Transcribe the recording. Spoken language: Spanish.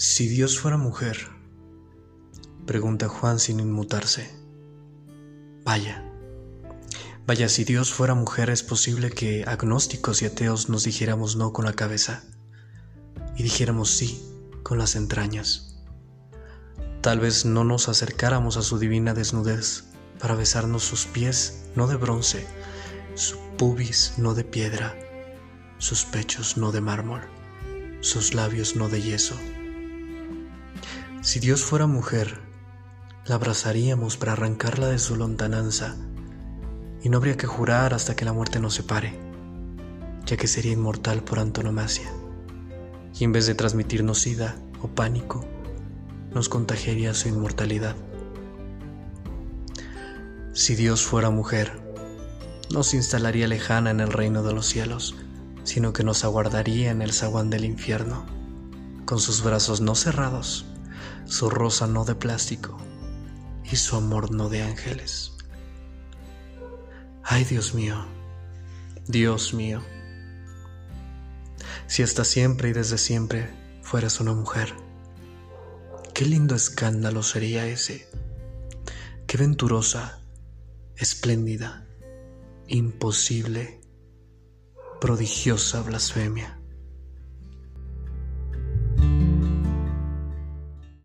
Si Dios fuera mujer, pregunta Juan sin inmutarse. Vaya, si Dios fuera mujer es posible que agnósticos y ateos nos dijéramos no con la cabeza y dijéramos sí con las entrañas. Tal vez no nos acercáramos a su divina desnudez para besarnos sus pies no de bronce, su pubis no de piedra, sus pechos no de mármol, sus labios no de yeso. Si Dios fuera mujer, la abrazaríamos para arrancarla de su lontananza y no habría que jurar hasta que la muerte nos separe, ya que sería inmortal por antonomasia y en vez de transmitirnos sida o pánico, nos contagiaría su inmortalidad. Si Dios fuera mujer, no se instalaría lejana en el reino de los cielos, sino que nos aguardaría en el zaguán del infierno, con sus brazos no cerrados, su rosa no de plástico y su amor no de ángeles. Ay, Dios mío, si hasta siempre y desde siempre fueras una mujer, qué lindo escándalo sería ese, qué venturosa, espléndida, imposible, prodigiosa blasfemia.